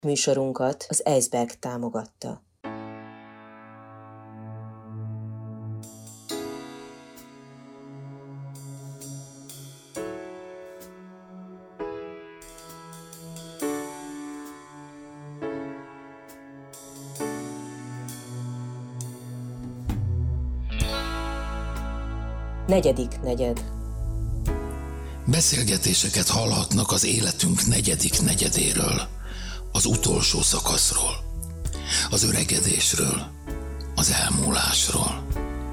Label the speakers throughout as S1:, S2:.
S1: Műsorunkat az Eisberg támogatta. Negyedik negyed.
S2: Beszélgetéseket hallhatnak az életünk negyedik negyedéről, az utolsó szakaszról, az öregedésről, az elmúlásról.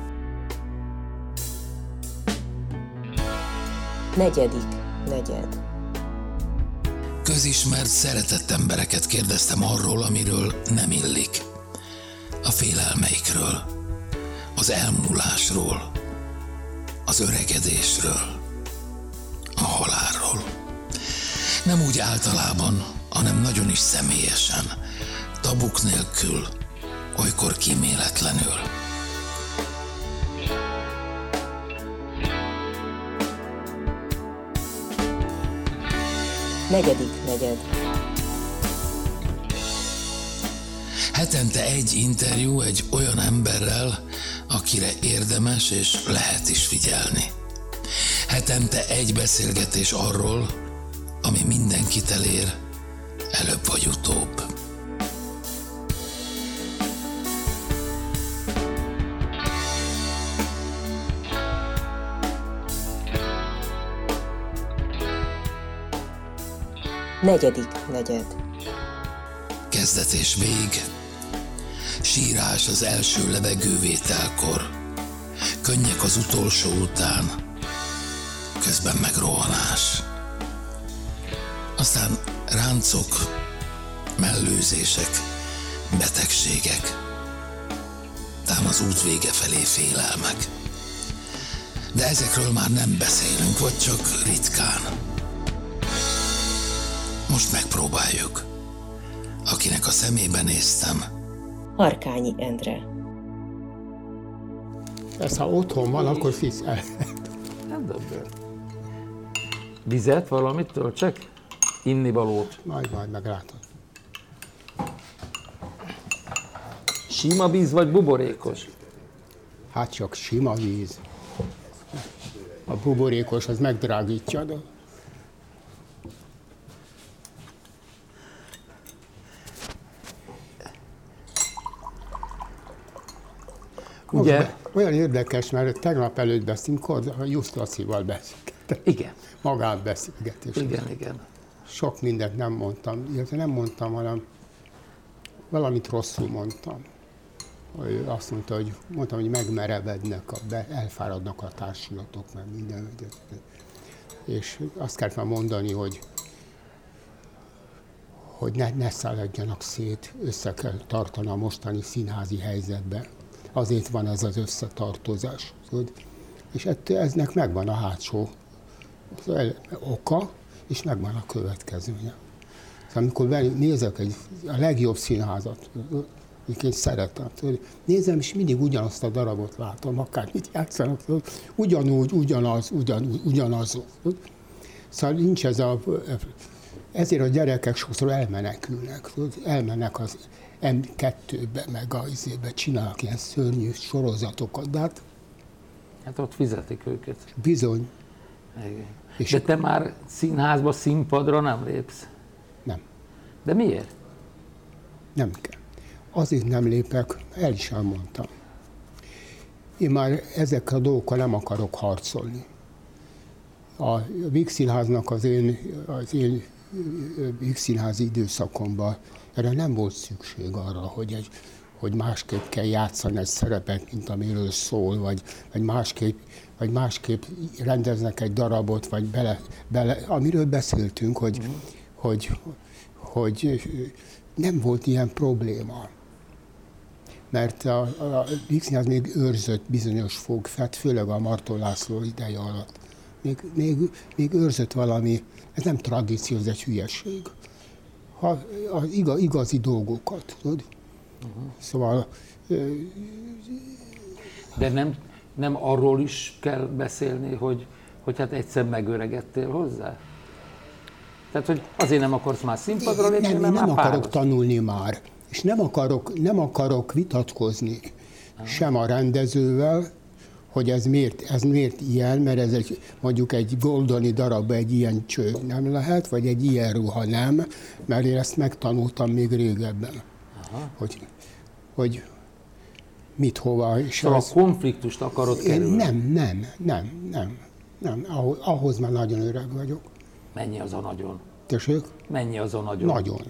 S1: Negyedik negyed.
S2: Közismert, szeretett embereket kérdeztem arról, amiről nem illik. A félelmeikről, az elmúlásról, az öregedésről, a halálról. Nem úgy általában, hanem nagyon is személyesen, tabuk nélkül, olykor kíméletlenül.
S1: Negyedik negyed.
S2: Hetente egy interjú egy olyan emberrel, akire érdemes és lehet is figyelni. Hetente egy beszélgetés arról, ami mindenkit elér, előbb vagy utóbb.
S1: Negyedik negyed.
S2: Kezdet és vég, sírás az első levegővételkor, könnyek az utolsó után, közben meg rohanás. Aztán ráncok, mellőzések, betegségek, tám az út vége felé félelmek. De ezekről már nem beszélünk, vagy csak ritkán. Most megpróbáljuk. Akinek a szemébe néztem.
S1: Harkányi Endre.
S3: Ez ha otthon van, akkor fiszel.
S4: Nem dobja. Vizet, valamit töltsek? Innivalót.
S3: Majd meglátod.
S4: Sima víz vagy buborékos?
S3: Hát csak sima víz. A buborékos az megdrágítja. De...
S4: Ugye?
S3: Olyan érdekes, mert tegnap előtt beszéltünk, Just Lacival beszélgettem.
S4: Igen.
S3: Magánbeszélgetés.
S4: Igen.
S3: Sok mindent nem mondtam, illetve nem mondtam, hanem valamit rosszul mondtam. Azt mondtam, hogy megmerevednek, elfáradnak a társulatok, meg minden. És azt kellett már mondani, hogy ne szaladjanak szét, össze kell tartani a mostani színházi helyzetben. Azért van ez az összetartozás. És eznek megvan a hátsó oka, és megvan a következője. Szóval amikor nézek a legjobb színházat, én szeretem, nézem, és mindig ugyanazt a darabot látom, akármit játszanak, ugyanaz. Szóval nincs ezért a gyerekek sokszor elmennek az M2-be, meg a izébe, csinálnak ilyen szörnyű sorozatokat, de
S4: hát ott fizetik őket.
S3: Bizony.
S4: Igen. De te már színházba, színpadra nem lépsz?
S3: Nem.
S4: De miért?
S3: Nem kell. Azért nem lépek, el is elmondtam. Én már ezekkel a dolgokkal nem akarok harcolni. A Víg Színháznak az én Víg Színházi időszakomban erre nem volt szükség arra, hogy másképp kell játszani egy szerepet, mint amiről szól, vagy másképp rendeznek egy darabot, vagy amiről beszéltünk, hogy nem volt ilyen probléma. Mert a Víg Színház még őrzött bizonyos fogfát, főleg a Marton László ideje alatt. Még őrzött valami, ez nem tradíció, ez egy hülyeség. Az igazi dolgokat, tudod? Szóval...
S4: De nem arról is kell beszélni, hogy hát egyszer megöregedtél hozzá? Tehát, hogy azért nem akarsz már színpadra lépni,
S3: nem
S4: már
S3: akarok tanulni már, és nem akarok vitatkozni sem a rendezővel, hogy ez miért ilyen, mert ez mondjuk egy Goldoni darabban egy ilyen cső nem lehet, vagy egy ilyen ruha nem, mert én ezt megtanultam még régebben, hogy mit, hova. És
S4: szóval a konfliktust akarod kerülni?
S3: Nem. Ahhoz már nagyon öreg vagyok.
S4: Mennyi az a nagyon?
S3: Tessék?
S4: Mennyi az a nagyon?
S3: Nagyon.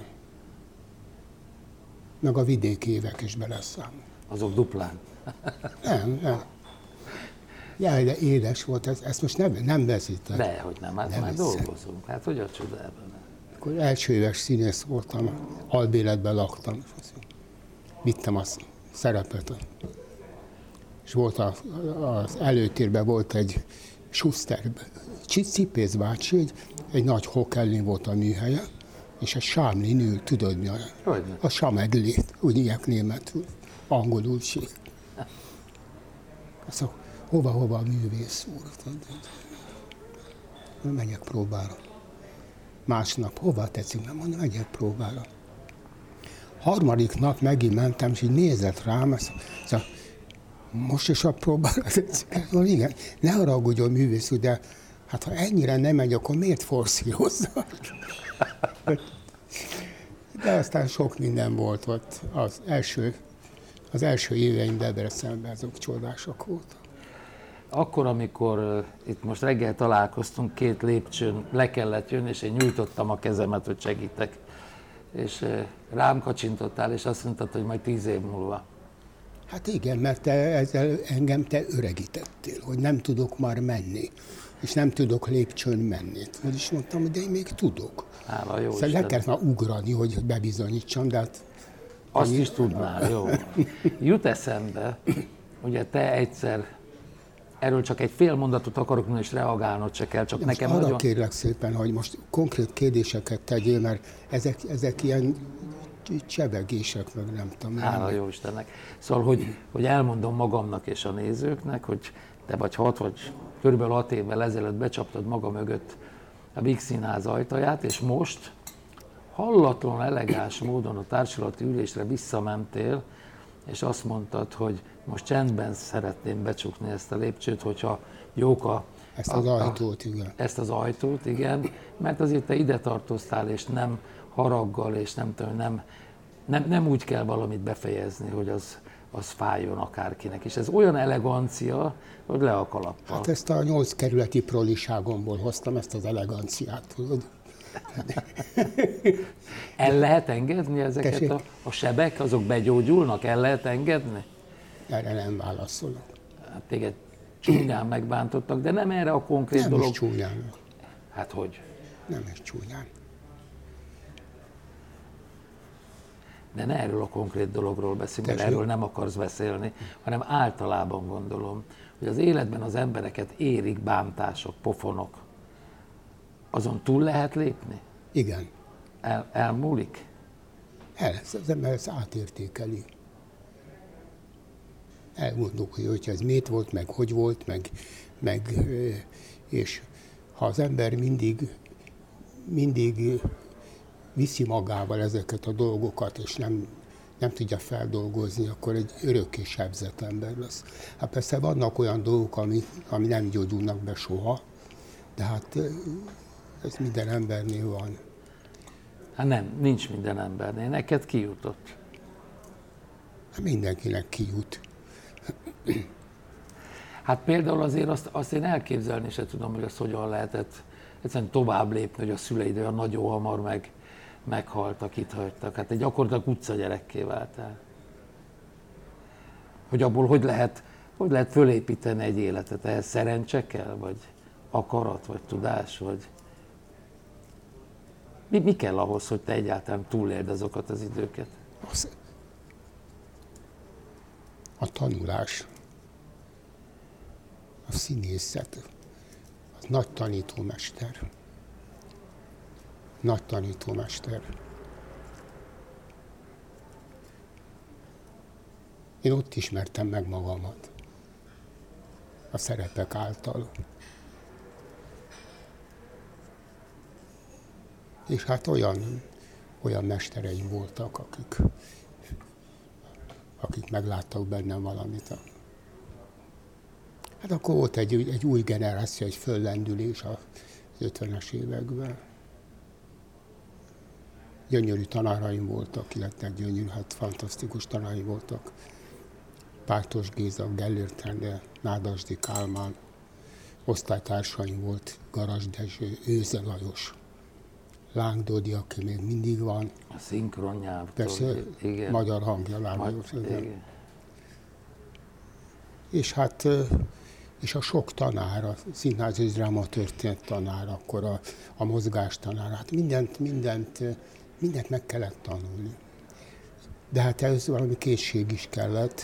S3: Meg a vidéki évek is beleszámol.
S4: Azok duplán?
S3: Nem. Jaj, de édes volt, ezt most nem veszítem.
S4: Dehogy nem, hát már dolgozunk. Hát hogy a csodában?
S3: Akkor első éves színész voltam, albéletben laktam. Vittem a szerepet. És volt az előtérben volt egy Schuster Cipész bácsi, egy nagy Hokellin volt a műhelye, és a Sámlin ül, tudod mi a Samedlét, úgy hívják németül, angolul sír. Azt mondja, hova a művész úr? Megyek próbára. Másnap, hova tetszik? Mondom, megyek próbára. Harmadik nap megint mentem, és így nézett rám, azt mondja, most is a próbára tetszik? Mondom, igen, ne haragudjon művész úr, de hát ha ennyire nem megy, akkor miért forszírozza? De aztán sok minden volt ott. Az első éveim Debrecenben azok csodások voltak.
S4: Akkor, amikor itt most reggel találkoztunk, 2 lépcsőn le kellett jönni, és én nyújtottam a kezemet, hogy segítek. És rám kacsintottál, és azt mondtad, hogy majd 10 év múlva.
S3: Hát igen, mert ezzel engem te öregítettél, hogy nem tudok már menni, és nem tudok lépcsőn menni. És mondtam, hogy de én még tudok.
S4: Hála jó
S3: Szóval le kellett már ugrani, hogy bebizonyítsam, de hát...
S4: Azt is tudnál, jó. Jut eszembe, ugye te egyszer, erről csak egy fél mondatot akarok mondani, és reagálnod se kell, csak nekem
S3: arra
S4: nagyon...
S3: kérlek szépen, hogy most konkrét kérdéseket tegyél, mert ezek ilyen csevegések, meg nem tudom.
S4: Hála jó Istennek. Szóval, hogy elmondom magamnak és a nézőknek, hogy te vagy 6 vagy körülbelül 6 évvel ezelőtt becsaptad maga mögött a Víg Színház ajtaját, és most hallatlan elegáns módon a társulati ülésre visszamentél, és azt mondtad, hogy most csendben szeretném becsukni ezt a lépcsőt, hogyha jók
S3: ezt az ajtót, igen.
S4: Ezt az ajtót, igen, mert azért te ide tartoztál, és nem haraggal, és nem tudom, nem úgy kell valamit befejezni, hogy az fájjon akárkinek. És ez olyan elegancia, hogy le a kalappal.
S3: Hát ezt a 8 kerületi proliságomból hoztam, ezt az eleganciát, tudod.
S4: El lehet engedni ezeket a sebek, azok begyógyulnak? El lehet engedni?
S3: Erre nem válaszolok.
S4: Hát téged csúnyán megbántottak, de nem erre a konkrét
S3: nem
S4: dolog.
S3: Nem is csúnyán.
S4: Hát hogy?
S3: Nem is csúnyán.
S4: De ne erről a konkrét dologról beszélni, mert erről nem akarsz beszélni, hanem általában gondolom, hogy az életben az embereket érik bántások, pofonok. Azon túl lehet lépni?
S3: Igen.
S4: Elmúlik?
S3: Az ember ezt átértékeli. Elgondolja, hogy ez miért volt, meg hogy volt, meg és ha az ember mindig viszi magával ezeket a dolgokat, és nem tudja feldolgozni, akkor egy örökké sebzett ember lesz. Hát persze vannak olyan dolgok, ami nem gyógyulnak be soha, de hát ez minden embernél van.
S4: Hát nem, nincs minden embernél. Neked kijutott?
S3: Hát mindenkinek kijut.
S4: Hát például azért azt én elképzelni se tudom, hogy azt hogyan lehetett egyszerűen tovább lépni, hogy a szüleid olyan nagyon hamar meghaltak, itt hagytak. Hát egy gyakorlatilag utcagyerekké váltál. Hogy abból hogy lehet fölépíteni egy életet? Ehhez szerencse kell, vagy akarat, vagy tudás, vagy... Mi kell ahhoz, hogy te egyáltalán túléld azokat az időket?
S3: A tanulás, a színészet, az nagy tanítómester. Nagy tanítómester. Én ott ismertem meg magamat, a szerepek által. És hát olyan mestereim voltak, akik megláttak bennem valamit. Hát akkor volt egy új generáció, egy föllendülés az 50-es években. Gyönyörű tanáraim voltak, illetve gyönyörű, hát fantasztikus tanáraim voltak. Pártos Géza, Gellért Endre, Nádasdy Kálmán, osztálytársaim volt, Garas Dezső, Őze Lajos, Láng Dodi, aki még mindig van.
S4: A szinkronnyelvtől.
S3: Persze,
S4: igen.
S3: magyar hangja, Láng Dodi. És hát és a sok tanár, a színház és drámatörténet tanár, akkor a mozgás tanár, hát mindent meg kellett tanulni. De hát ez valami készség is kellett.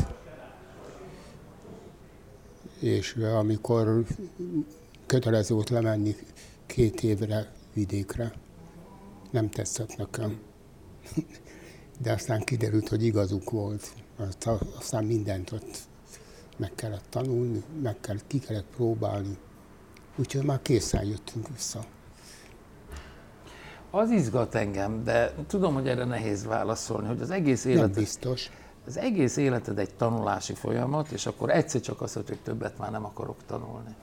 S3: És amikor kötelező volt lemenni 2 évre vidékre, nem tetszett nekem. De aztán kiderült, hogy igazuk volt. Aztán mindent ott meg kellett tanulni, ki kellett próbálni. Úgyhogy már készen jöttünk vissza.
S4: Az izgat engem, de tudom, hogy erre nehéz válaszolni, hogy az egész életed...
S3: Nem biztos.
S4: Az egész életed egy tanulási folyamat, és akkor egyszer csak azt mondod, hogy többet már nem akarok tanulni.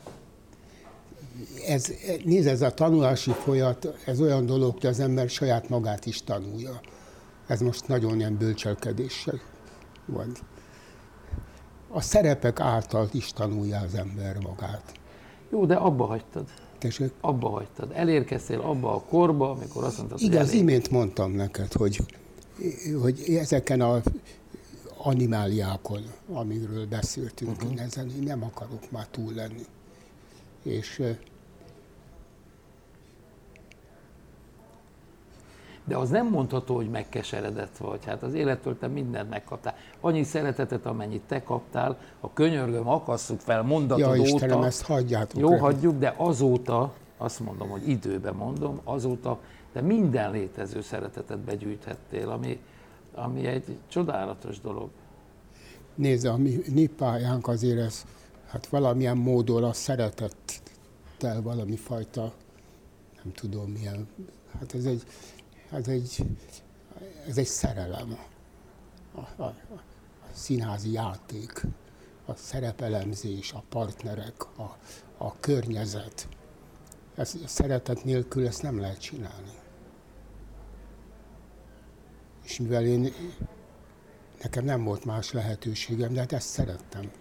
S3: Nézd, ez a tanulási folyamat, ez olyan dolog, hogy az ember saját magát is tanulja. Ez most nagyon ilyen bölcselkedéssel van. A szerepek által is tanulja az ember magát.
S4: Jó, de abba hagytad.
S3: Tessék?
S4: Abba hagytad. Elérkeztél abba a korba, amikor azt mondtad,
S3: igaz,
S4: hogy
S3: imént mondtam neked, hogy ezeken az animáliákon, amiről beszéltünk, ezen én nem akarok már túl lenni.
S4: De az nem mondható, hogy megkeseredett vagy. Hát az élettől te mindent megkaptál. Annyi szeretetet, amennyit te kaptál, a könyörgöm, akasszuk fel mondatod óta.
S3: Ja, Istenem, ezt hagyjátok.
S4: Jó, hagyjuk, de azóta, azt mondom, hogy időben mondom, azóta te minden létező szeretetet begyűjthettél, ami egy csodálatos dolog.
S3: Nézd, a mi pályánk azért ez, hát valamilyen módon a szeretettel valami fajta, nem tudom milyen, hát ez egy szerelem, a színházi játék, a szerepelemzés, a partnerek, a környezet. A szeretet nélkül ezt nem lehet csinálni. És mivel nekem nem volt más lehetőségem, de hát ezt szerettem.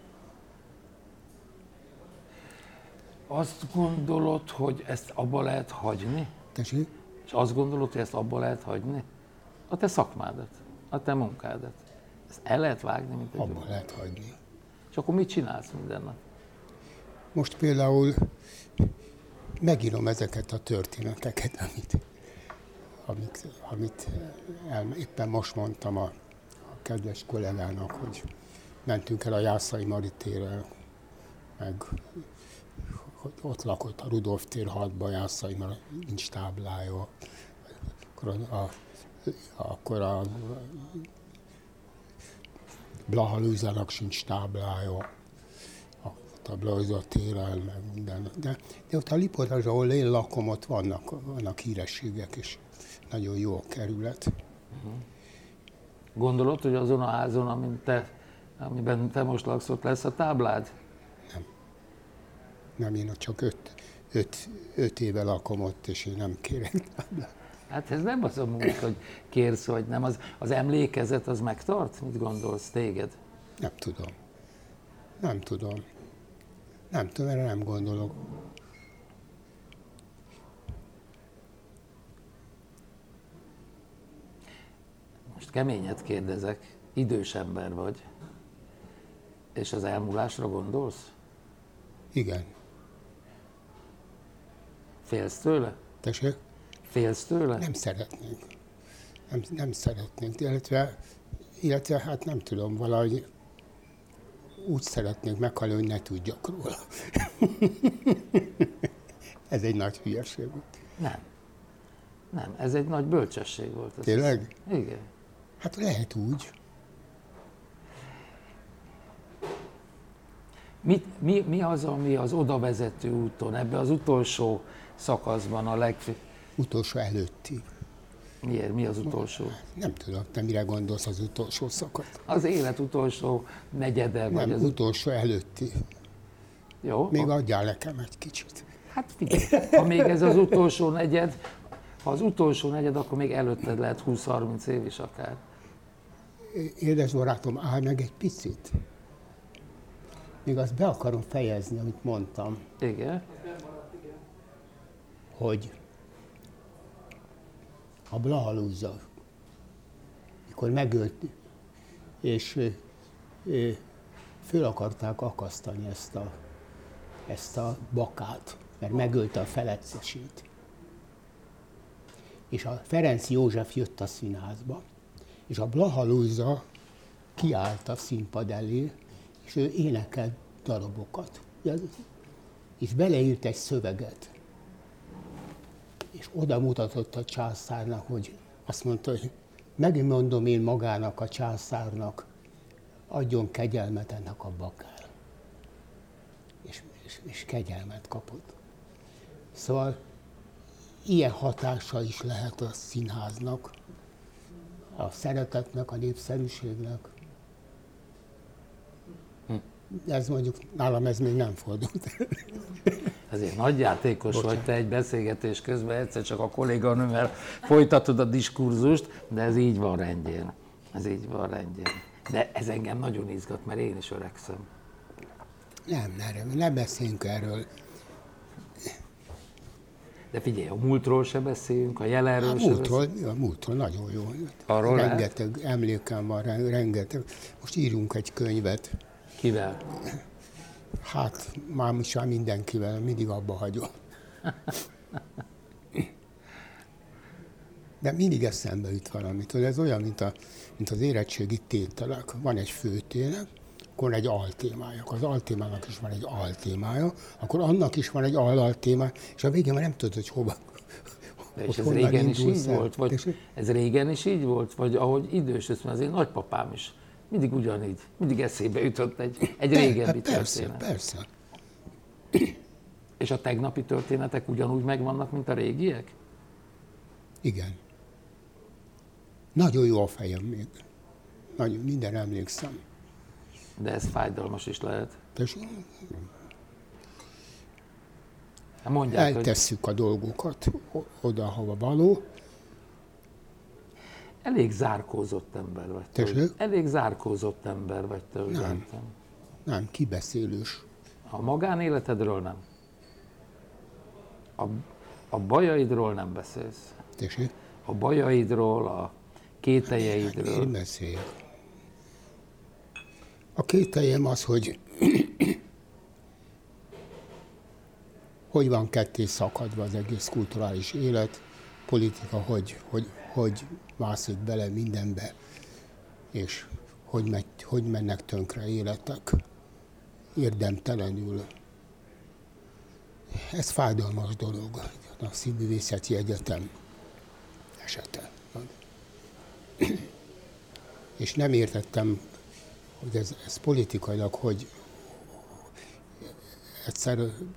S4: Azt gondolod, hogy ezt abba lehet hagyni?
S3: Tessék?
S4: És azt gondolod, hogy ezt abba lehet hagyni? A te szakmádat, a te munkádat. Ezt el lehet vágni, mint egy
S3: abba lehet hagyni.
S4: És akkor mit csinálsz minden nap?
S3: Most például megírom ezeket a történeteket, amit éppen most mondtam a kedves kollégának, hogy mentünk el a Jászai Mari térre, meg ott lakott a Rudolf tér 6-ban, Jászai Mari, nincs táblája. Akkor a Blaha Lujzának sincs táblája, a Blaha térrel, meg minden. De ott a Lipót, ahol én lakom, ott vannak hírességek, és nagyon jó a kerület.
S4: Gondolod, hogy azon a házon, amiben te most laksz, ott lesz a táblád?
S3: Nem, én csak 5 éve lakom ott, és én nem kérek táblát.
S4: Hát ez nem az a munka, hogy kérsz, vagy nem. Az emlékezet az megtart? Mit gondolsz téged?
S3: Nem tudom, erre nem gondolok.
S4: Most keményet kérdezek, idős ember vagy, és az elmúlásra gondolsz?
S3: Igen.
S4: Félsz tőle?
S3: Tessék?
S4: Félsz tőle?
S3: Nem szeretnénk. Nem szeretnénk, illetve hát nem tudom, valahogy úgy szeretnénk meghalni, hogy ne tudjak róla. Ez egy nagy hülyeség volt.
S4: Nem, ez egy nagy bölcsesség volt.
S3: Tényleg?
S4: Igen.
S3: Hát lehet úgy. Mi az, ami az odavezető úton, ebben az utolsó szakaszban a legfőbb? Utolsó előtti.
S4: Miért? Mi az utolsó?
S3: Nem tudom, te mire gondolsz az utolsó szakasz?
S4: Az élet utolsó negyede, vagy
S3: Nem,
S4: az
S3: utolsó előtti.
S4: Jó?
S3: Még adjál nekem egy kicsit.
S4: Hát figyelj, ha még ez az utolsó negyed, ha az utolsó negyed, akkor még előtted lehet 20-30 év is akár.
S3: Édes barátom, állj meg egy picit. Még azt be akarom fejezni, amit mondtam,
S4: Igen?
S3: hogy a Blaha Lujza, mikor megölt, és föl akarták akasztani ezt a bakát, mert megölte a felettesét. És a Ferenc József jött a színházba, és a Blaha Lujza kiállt a színpad elé, és ő énekelt darabokat. És beleírt egy szöveget. És oda mutatott a császárnak, hogy azt mondta, hogy megmondom én magának, a császárnak, adjon kegyelmet ennek a bakár. És kegyelmet kapott. Szóval ilyen hatása is lehet a színháznak, a szeretetnek, a népszerűségnek. Ez mondjuk, nálam ez még nem fordult.
S4: Ezért nagyjátékos vagy te egy beszélgetés közben, egyszer csak a kolléganőmmel folytatod a diskurzust, de ez így van rendjén. Ez így van rendjén. De ez engem nagyon izgat, mert én is öregszem.
S3: Nem beszéljünk erről.
S4: De figyelj, a múltról se beszéljünk, a jelenről se beszéljünk.
S3: A múltról nagyon jó.
S4: Arról
S3: rengeteg emlékem van, rengeteg. Most írunk egy könyvet.
S4: Kivel?
S3: Hát, már mindenkivel, mindig abba hagyom. De mindig eszembe jut valamit, hogy ez olyan, mint az érettségi tételek. Van egy főtének, akkor egy altémája. Az altémának is van egy altémája, akkor annak is van egy alaltémája, és a végén már nem tudod, hogy hova.
S4: De és ez régen is így volt? Vagy ez régen is így volt? Vagy ahogy idősödsz, mert az én nagypapám is mindig ugyanígy, mindig eszébe jutott egy régebbi történet.
S3: Persze.
S4: És a tegnapi történetek ugyanúgy megvannak, mint a régiek?
S3: Igen. Nagyon jó a fejem még. Nagyon, minden emlékszem.
S4: De ez fájdalmas is lehet. Hát mondják,
S3: eltesszük a dolgokat oda, hova való.
S4: Elég zárkózott ember vagy te. Elég zárkózott ember vagy te.
S3: Nem, kibeszélős.
S4: A magánéletedről nem. A bajaidról nem beszélsz.
S3: Tessék?
S4: A bajaidról, a kételjeidről.
S3: Én beszéljek. A kételjem az, hogy van ketté szakadva az egész kulturális élet, politika, hogy mászik bele mindenbe, és hogy mennek tönkre életek érdemtelenül. Ez fájdalmas dolog, a Színművészeti Egyetem esete. És nem értettem, hogy ez politikailag, hogy egyszer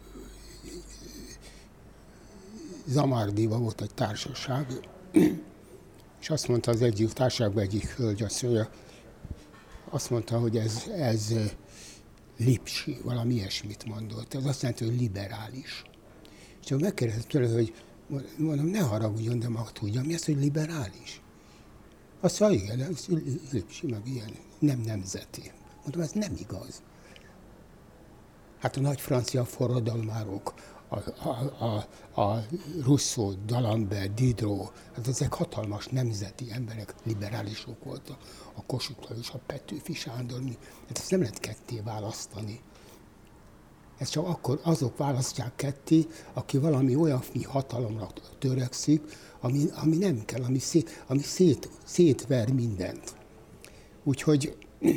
S3: Zamárdiban volt egy társaság, és azt mondta az egyik társaságban egyik hölgy, azt mondta, hogy ez lipsi, valami ilyesmit mondott. Ez azt jelenti, hogy liberális. És akkor megkérdeztem tőle, hogy mondom, ne haragudjon, de maga tudja, mi az, hogy liberális? Azt mondja, igen, ez lipsi, meg ilyen, nem nemzeti. Mondom, ez nem igaz. Hát a nagy francia forradalmárok, a Rousseau, D'Alembert, Diderot, hát ezek hatalmas nemzeti emberek, liberálisok voltak. A Kossuth Lajos, a Petőfi Sándor, hát ezt nem lehet ketté választani. Ez csak akkor azok választják ketté, aki valami olyan hatalomra törekszik, ami nem kell, ami szétver mindent. Úgyhogy,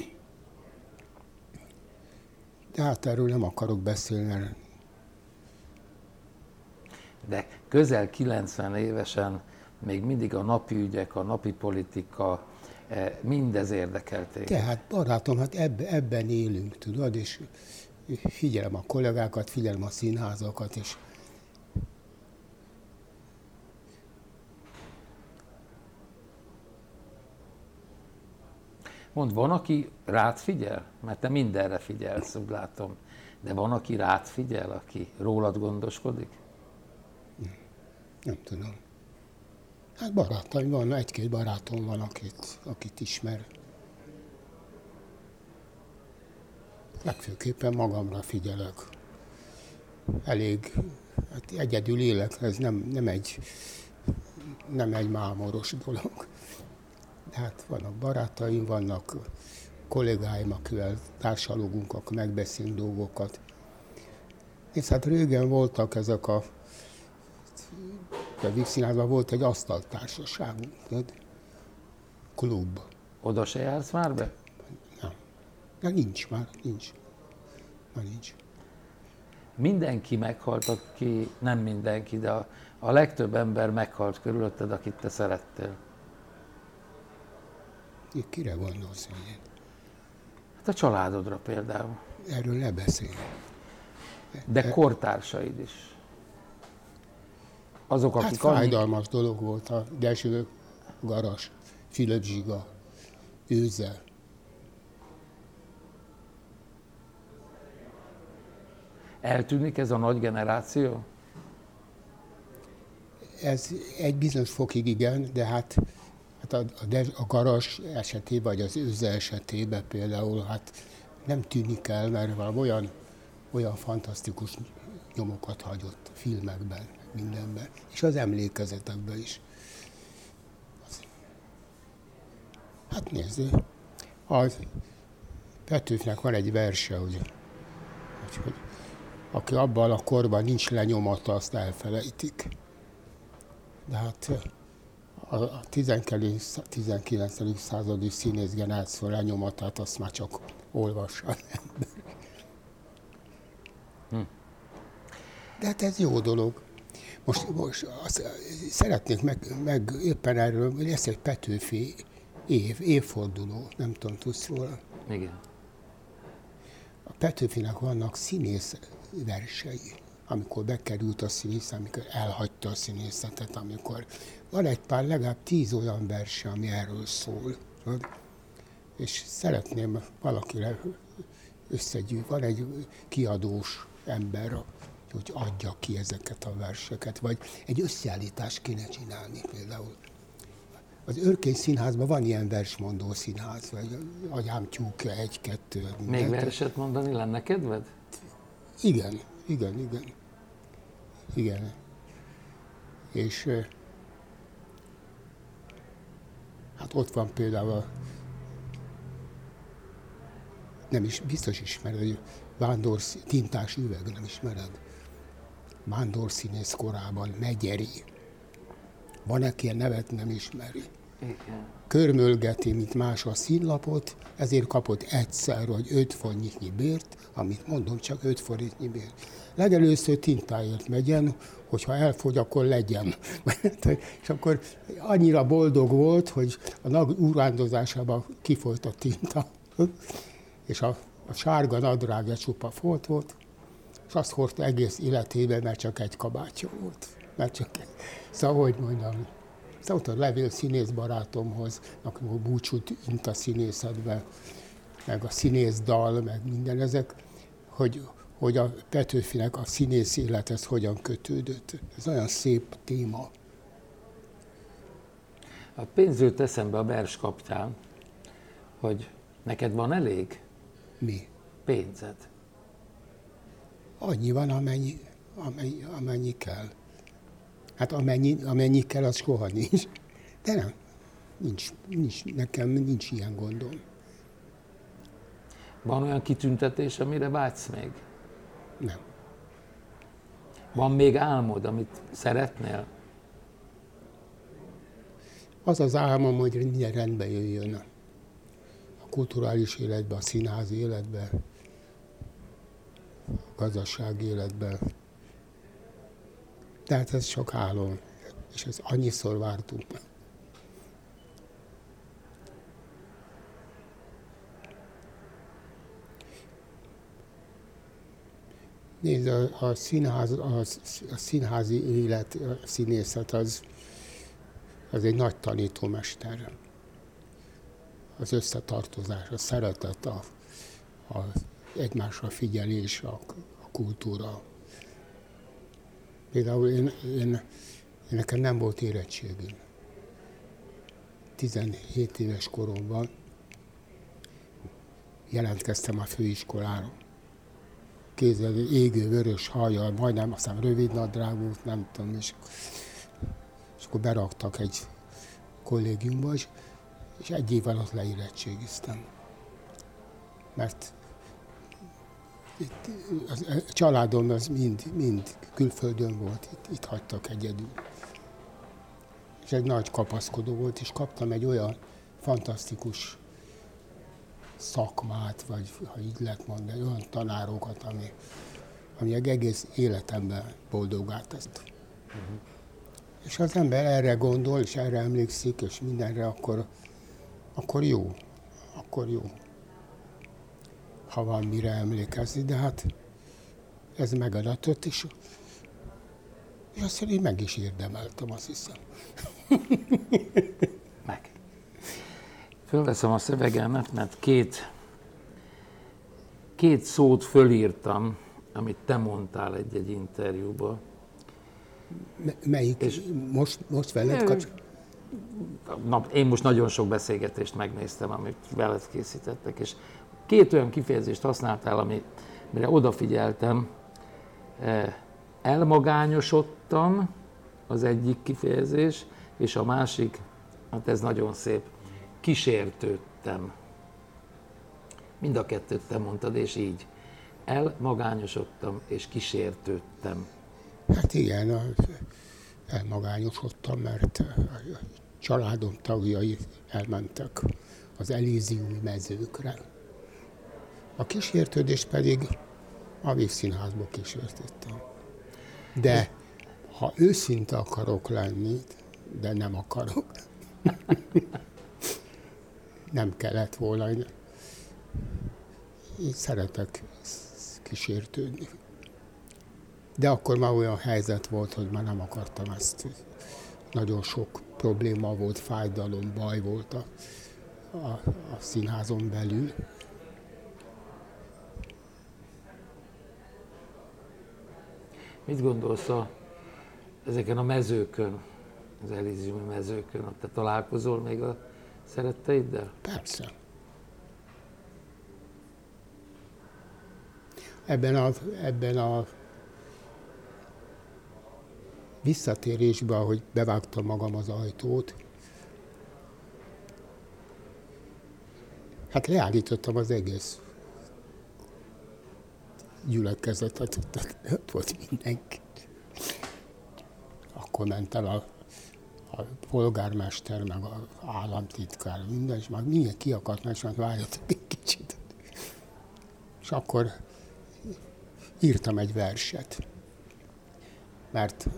S3: de hát erről nem akarok beszélni.
S4: De közel 90 évesen még mindig a napi ügyek, a napi politika, mindez érdekel téged.
S3: Tehát barátom, hát ebben élünk, tudod, és figyelem a kollégákat, figyelem a színházakat, és
S4: Mondd, van, aki rád figyel? Mert te mindenre figyelsz, úgy látom. De van, aki rád figyel, aki rólad gondoskodik?
S3: Nem tudom. Hát barátaim van, egy-két barátom van, akit ismer. Legfőképpen magamra figyelek. Elég, hát egyedül élek, ez nem egy mámoros dolog. De hát vannak barátaim, vannak kollégáim, akivel társalogunk, akkor megbeszélünk dolgokat. És hát régen voltak ezek a Víg Színházban volt egy asztaltársaságunk, klub.
S4: Oda se jársz már be?
S3: Nem. De nincs. Már nincs.
S4: Mindenki meghalt, aki, nem mindenki, de a legtöbb ember meghalt körülötted, akit te szerettél.
S3: Kire gondolsz?
S4: Hát a családodra például.
S3: Erről ne beszélj.
S4: De kortársaid is. Azok,
S3: Hát
S4: akik
S3: fájdalmas dolog volt a első Garas, Fülöp Zsiga, Őze.
S4: Eltűnik ez a nagy generáció?
S3: Ez egy bizonyos fokig igen, de hát a Garas esetében, vagy az Őze esetében például hát nem tűnik el, mert valami olyan fantasztikus nyomokat hagyott filmekben, mindenben, és az emlékezetekben is. Hát nézd, a Petőfinek van egy verse, hogy aki abban a korban nincs lenyomata, azt elfelejtik. De hát a 19. századi színész generáció lenyomatát azt már csak olvassa az ember. De hát ez jó dolog. Most szeretnék meg éppen erről, lesz egy Petőfi évforduló, nem tudom, tudsz róla?
S4: Igen.
S3: A Petőfinek vannak színész versei, amikor bekerült a színész, amikor elhagyta a színészetet, amikor van egy pár, legalább 10 olyan verse, ami erről szól. És szeretném valakire összegyűjteni. Van egy kiadós ember, hogy adja ki ezeket a verseket, vagy egy összeállítást kéne csinálni például. Az Örkény Színházban van ilyen versmondó színház, vagy Agyám tyúkja 1-2.
S4: Még verset mondani lenne kedved?
S3: Igen. És hát ott van például nem is, biztos ismered, hogy Vándor tintás üveg, nem ismered? Vándorszínész korában, Megyeri. Van-e ilyen nevet, nem ismeri?
S4: Igen.
S3: Körmölgeti, mint más a színlapot, ezért kapott egyszer, vagy 5 forintnyi bért, amit mondom, csak 5 forintnyi bért. Legelőször tintáért megyen, hogyha elfogy, akkor legyen. És akkor annyira boldog volt, hogy a nag úrándozásában kifolyt a tinta, és a sárga nadrágja csupa folt volt, és azt hordta egész életében, mert csak egy kabátja volt. Szóval, hogy mondjam, szóval levél színész barátomhoz, akkor búcsút int a színészetbe, meg a színészdal, meg minden ezek, hogy a Petőfinek a színész élethez hogyan kötődött. Ez olyan szép téma.
S4: A pénz jut eszembe a vers kapcsán, hogy neked van elég
S3: Mi?
S4: pénzed?
S3: Annyi van, amennyi kell. Hát amennyi kell, az soha nincs. De nem, nekem nincs ilyen gondom.
S4: Van olyan kitüntetés, amire vágysz még?
S3: Nem.
S4: Van még álmod, amit szeretnél?
S3: Az az álmom, hogy minden rendbe jöjjön a kulturális életbe, a színházi életbe, a gazdasági életbe. Tehát ez csak álom, és ez annyiszor vártunk. Nézd, a színházi élet, a színészet az egy nagy tanítómester. az összetartozás, a szeretet, a egymásra figyelés, a kultúra. Például én nekem nem volt érettségim. 17 éves koromban jelentkeztem a főiskolára. Kézzel égő vörös hajjal, majdnem aztán rövid nadrágú, nem tudom, és akkor beraktak egy kollégiumba, és egy év alatt leérettségiztem. Mert a családom az mind külföldön volt, itt hagytak egyedül. És egy nagy kapaszkodó volt, és kaptam egy olyan fantasztikus szakmát, vagy ha így lehet mondani, olyan tanárokat, ami egész életemben boldoggá tett. És ha az ember erre gondol, és erre emlékszik, és mindenre, akkor jó. Ha van mire emlékezni, de hát ez megadatott, és azt én meg is érdemeltem, azt hiszem.
S4: Meg. Fölveszem a szövegemet, mert két szót fölírtam, amit te mondtál egy interjúban.
S3: Melyik? És most veled kapcsolatban?
S4: Én most nagyon sok beszélgetést megnéztem, amit veled készítettek, és két olyan kifejezést használtál, amire odafigyeltem. Elmagányosodtam, az egyik kifejezés, és a másik, hát ez nagyon szép, kísértődtem. Mind a kettőt te mondtad, és így. Elmagányosodtam, és kísértődtem.
S3: Hát igen, elmagányosodtam, mert a családom tagjai elmentek az Elíziumi mezőkre. A kísértődés pedig a Vígszínházba kísértettem. De ha őszinte akarok lenni, de nem akarok, nem kellett volna. Én szeretek kísértődni. De akkor már olyan helyzet volt, hogy már nem akartam ezt. Nagyon sok probléma volt, fájdalom, baj volt a színházon belül.
S4: Mit gondolsz ezeken a mezőkön, az Elíziumi mezőkön? Te találkozol még a szeretteiddel?
S3: Persze. Ebben a visszatérésben, ahogy bevágtam magam az ajtót, hát leállítottam az egész gyülekezetet, ott volt mindenki. Akkor ment el a polgármester, meg az államtitkár, minden, és már mindjárt ki akart, és már várjatok egy kicsit. És akkor írtam egy verset, mert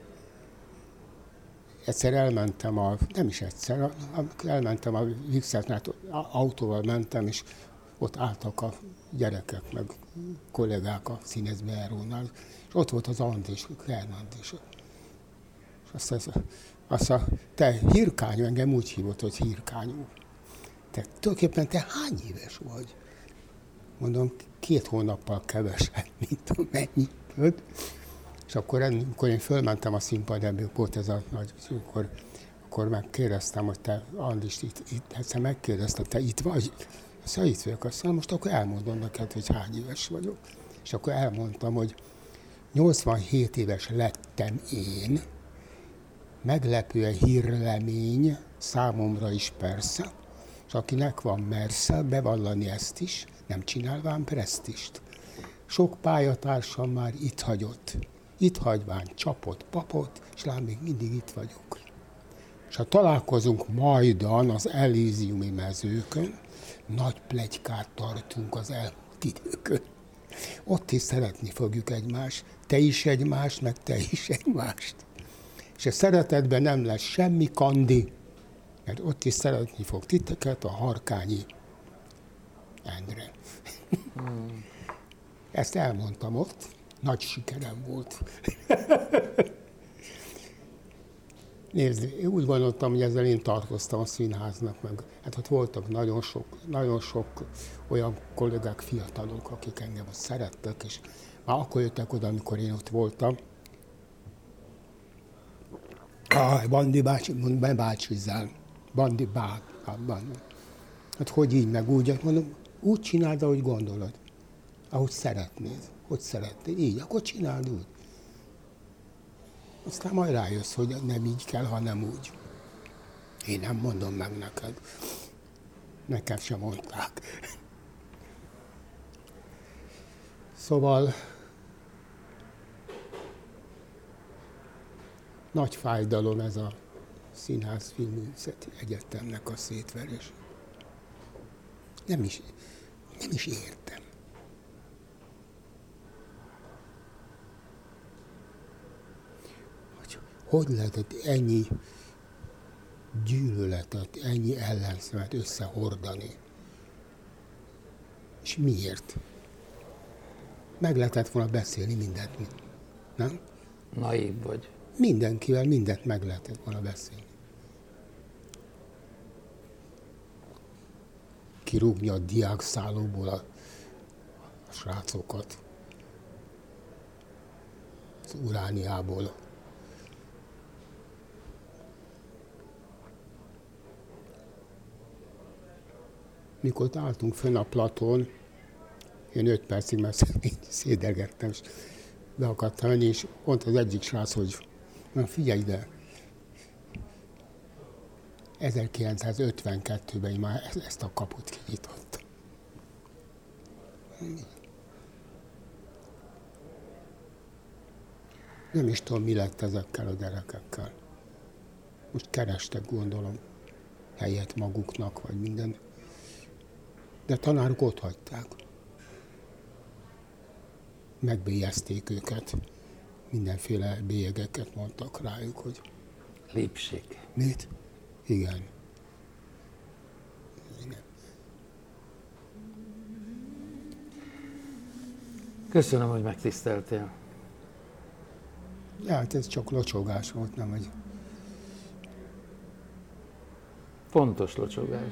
S3: egyszer elmentem elmentem a Vígszínházra, autóval mentem, és ott álltak a gyerekek, meg kollégák a színészbejárónál, és ott volt az Andis, Kernandis. És azt mondta, te Hirkányú, engem úgy hívott, hogy Hirkányú. Tulajdonképpen te hány éves vagy? Mondom, 2 hónappal kevesebb, mint amennyi. És akkor én fölmentem a színpadra, volt ez a nagy, akkor megkérdeztem, hogy te, Andis, egyszer megkérdeztem, te itt vagy? Azt mondja, itt vagyok, aztán most akkor elmondom neked, hogy hány éves vagyok. És akkor elmondtam, hogy 87 éves lettem én, meglepően hírlemény, számomra is persze, és akinek van mersze, bevallani ezt is, nem csinálván presztist. Sok pályatársam már itt hagyott, itt hagyván csapott papot, és lám még mindig itt vagyok. És ha találkozunk majdan az Elíziumi mezőkön, nagy pletykát tartunk az elmúlt időkön. Ott is szeretni fogjuk egymást, te is egymást, meg te is egymást. És a szeretetben nem lesz semmi kandi, mert ott is szeretni fog titeket a Harkányi Endre. Ezt elmondtam ott, nagy sikerem volt. Nézd, én úgy gondoltam, hogy ezzel én tartoztam a színháznak, meg hát ott voltak nagyon sok olyan kollégák, fiatalok, akik engem ott szerettek, és már akkor jöttek oda, amikor én ott voltam. Bandi bácsizzál, Bandi. Hát hogy így, meg úgy, mondom, úgy csináld, ahogy gondolod, ahogy szeretnéd, hogy szeretnéd, így, akkor csináld úgy. Aztán majd rájössz, hogy nem így kell, hanem úgy. Én nem mondom meg neked. Nekem sem mondták. Szóval nagy fájdalom ez a Színház Filmművészeti Egyetemnek a szétverés. Nem is értem. Hogy lehetett ennyi gyűlöletet, ennyi ellenszemet összehordani? És miért? Meg lehetett volna beszélni mindent, nem?
S4: Naív vagy.
S3: Mindenkivel mindent meg lehetett volna beszélni. Kirúgni a diákszállóból a srácokat, az Urániából. Mikor ott álltunk fönn a platón, én 5 percig már szédelgettem, és be akartam menni, és mondta az egyik srác, hogy na figyelj ide, 1952-ben én már ezt a kaput kinyitottam. Nem is tudom, mi lett ezekkel a gyerekekkel. Most kerestek, gondolom, helyet maguknak, vagy minden. De tanárok ott hagyták. Megbélyezték őket. Mindenféle bélyegeket mondtak rájuk, hogy...
S4: Lipsik.
S3: Mit? Igen.
S4: Köszönöm, hogy megtiszteltél.
S3: Ja, hát ez csak locsogás volt, nem egy...
S4: Fontos locsogás.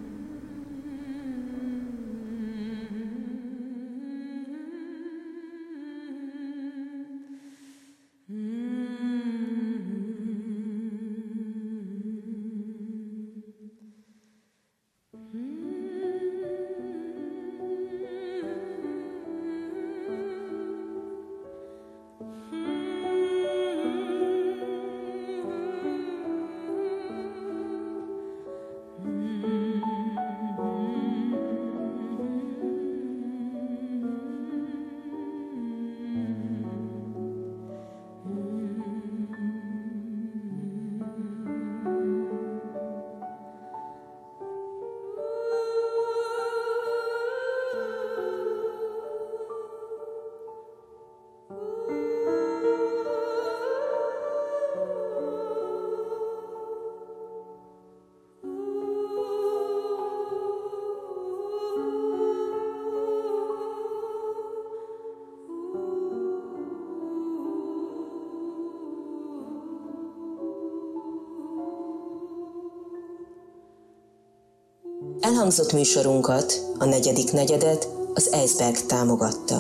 S1: Elhangzott műsorunkat, a 4. negyedet az Eisberg támogatta.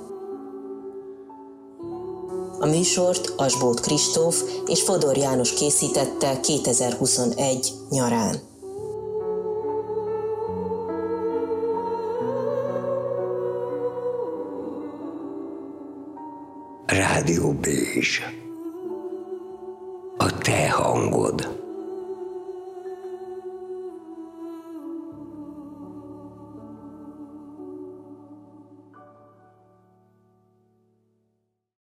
S1: A műsort Asbóth Kristóf és Fodor János készítette 2021 nyarán.
S5: Rádió Bézs. A te hangod.